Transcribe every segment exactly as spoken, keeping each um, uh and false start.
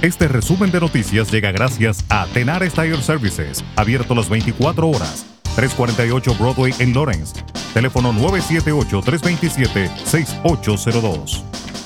Este resumen de noticias llega gracias a Tenares Tire Services, abierto las veinticuatro horas, trescientos cuarenta y ocho Broadway en Lawrence. Teléfono nueve siete ocho, tres dos siete, seis ocho cero dos.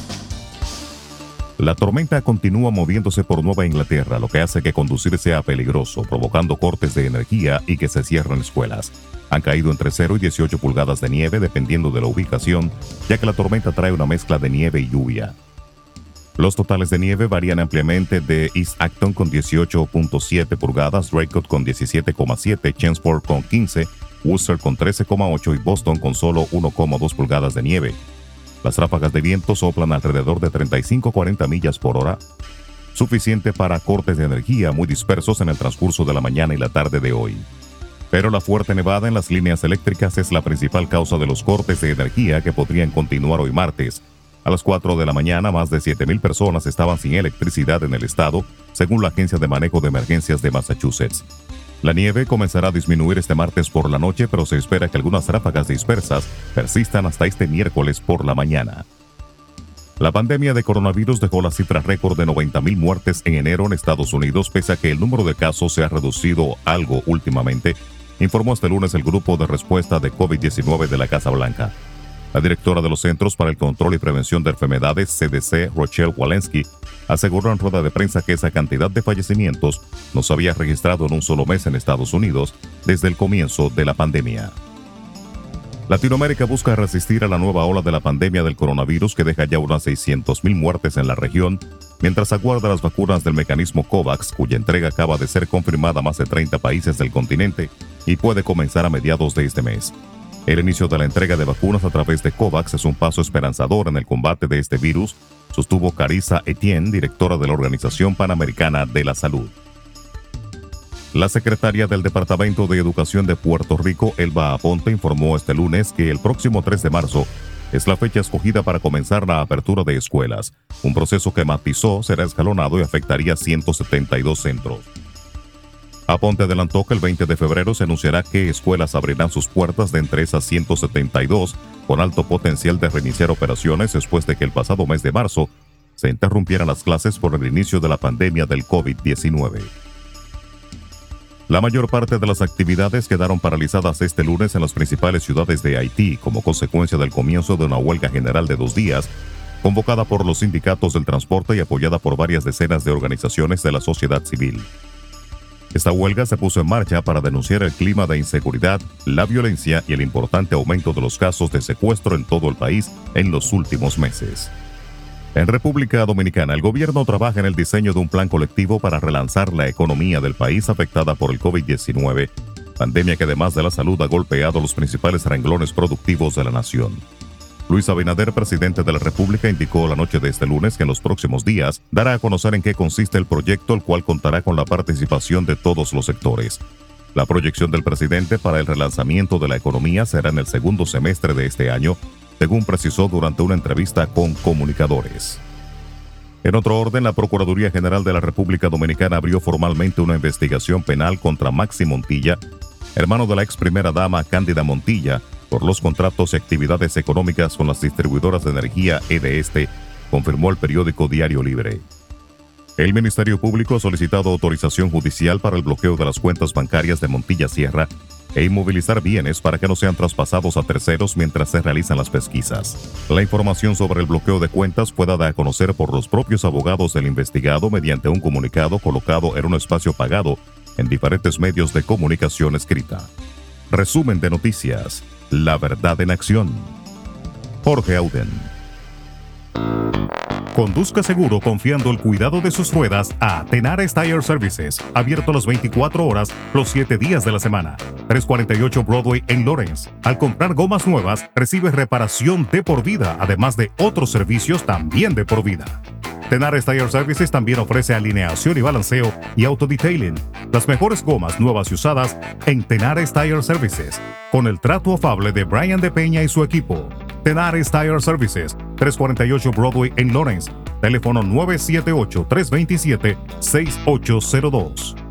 La tormenta continúa moviéndose por Nueva Inglaterra, lo que hace que conducir sea peligroso, provocando cortes de energía y que se cierren escuelas. Han caído entre cero y dieciocho pulgadas de nieve dependiendo de la ubicación, ya que la tormenta trae una mezcla de nieve y lluvia. Los totales de nieve varían ampliamente de East Acton con dieciocho punto siete pulgadas, Draycote con diecisiete coma siete, Chelmsford con quince, Worcester con trece coma ocho y Boston con solo uno coma dos pulgadas de nieve. Las ráfagas de viento soplan alrededor de treinta y cinco a cuarenta millas por hora, suficiente para cortes de energía muy dispersos en el transcurso de la mañana y la tarde de hoy. Pero la fuerte nevada en las líneas eléctricas es la principal causa de los cortes de energía que podrían continuar hoy martes. A las cuatro de la mañana, más de siete mil personas estaban sin electricidad en el estado, según la Agencia de Manejo de Emergencias de Massachusetts. La nieve comenzará a disminuir este martes por la noche, pero se espera que algunas ráfagas dispersas persistan hasta este miércoles por la mañana. La pandemia de coronavirus dejó la cifra récord de noventa mil muertes en enero en Estados Unidos, pese a que el número de casos se ha reducido algo últimamente, informó este lunes el Grupo de Respuesta de COVID diecinueve de la Casa Blanca. La directora de los Centros para el Control y Prevención de Enfermedades, C D C, Rochelle Walensky, aseguró en rueda de prensa que esa cantidad de fallecimientos no se había registrado en un solo mes en Estados Unidos desde el comienzo de la pandemia. Latinoamérica busca resistir a la nueva ola de la pandemia del coronavirus que deja ya unas seiscientas mil muertes en la región, mientras aguarda las vacunas del mecanismo COVAX, cuya entrega acaba de ser confirmada a más de treinta países del continente y puede comenzar a mediados de este mes. El inicio de la entrega de vacunas a través de COVAX es un paso esperanzador en el combate de este virus, sostuvo Carissa Etienne, directora de la Organización Panamericana de la Salud. La secretaria del Departamento de Educación de Puerto Rico, Elba Aponte, informó este lunes que el próximo tres de marzo es la fecha escogida para comenzar la apertura de escuelas, un proceso que matizó será escalonado y afectaría a ciento setenta y dos centros. Aponte adelantó que el veinte de febrero se anunciará qué escuelas abrirán sus puertas de entre esas ciento setenta y dos, con alto potencial de reiniciar operaciones después de que el pasado mes de marzo se interrumpieran las clases por el inicio de la pandemia del COVID diecinueve. La mayor parte de las actividades quedaron paralizadas este lunes en las principales ciudades de Haití como consecuencia del comienzo de una huelga general de dos días, convocada por los sindicatos del transporte y apoyada por varias decenas de organizaciones de la sociedad civil. Esta huelga se puso en marcha para denunciar el clima de inseguridad, la violencia y el importante aumento de los casos de secuestro en todo el país en los últimos meses. En República Dominicana, el gobierno trabaja en el diseño de un plan colectivo para relanzar la economía del país afectada por el COVID diecinueve, pandemia que además de la salud ha golpeado los principales renglones productivos de la nación. Luis Abinader, presidente de la República, indicó la noche de este lunes que en los próximos días dará a conocer en qué consiste el proyecto, el cual contará con la participación de todos los sectores. La proyección del presidente para el relanzamiento de la economía será en el segundo semestre de este año, según precisó durante una entrevista con comunicadores. En otro orden, la Procuraduría General de la República Dominicana abrió formalmente una investigación penal contra Maxi Montilla, hermano de la ex primera dama Cándida Montilla, por los contratos y actividades económicas con las distribuidoras de energía Edeste, confirmó el periódico Diario Libre. El Ministerio Público ha solicitado autorización judicial para el bloqueo de las cuentas bancarias de Montilla Sierra e inmovilizar bienes para que no sean traspasados a terceros mientras se realizan las pesquisas. La información sobre el bloqueo de cuentas fue dada a conocer por los propios abogados del investigado mediante un comunicado colocado en un espacio pagado en diferentes medios de comunicación escrita. Resumen de noticias. La verdad en acción. Jorge Auden. Conduzca seguro confiando el cuidado de sus ruedas a Tenares Tire Services, abierto las veinticuatro horas, los siete días de la semana. trescientos cuarenta y ocho Broadway en Lawrence. Al comprar gomas nuevas, recibe reparación de por vida, además de otros servicios también de por vida. Tenares Tire Services también ofrece alineación y balanceo y autodetailing. Las mejores gomas nuevas y usadas en Tenares Tire Services, con el trato afable de Brian de Peña y su equipo. Tenares Tire Services, trescientos cuarenta y ocho Broadway en Lawrence. Teléfono nueve siete ocho, tres dos siete, seis ocho cero dos.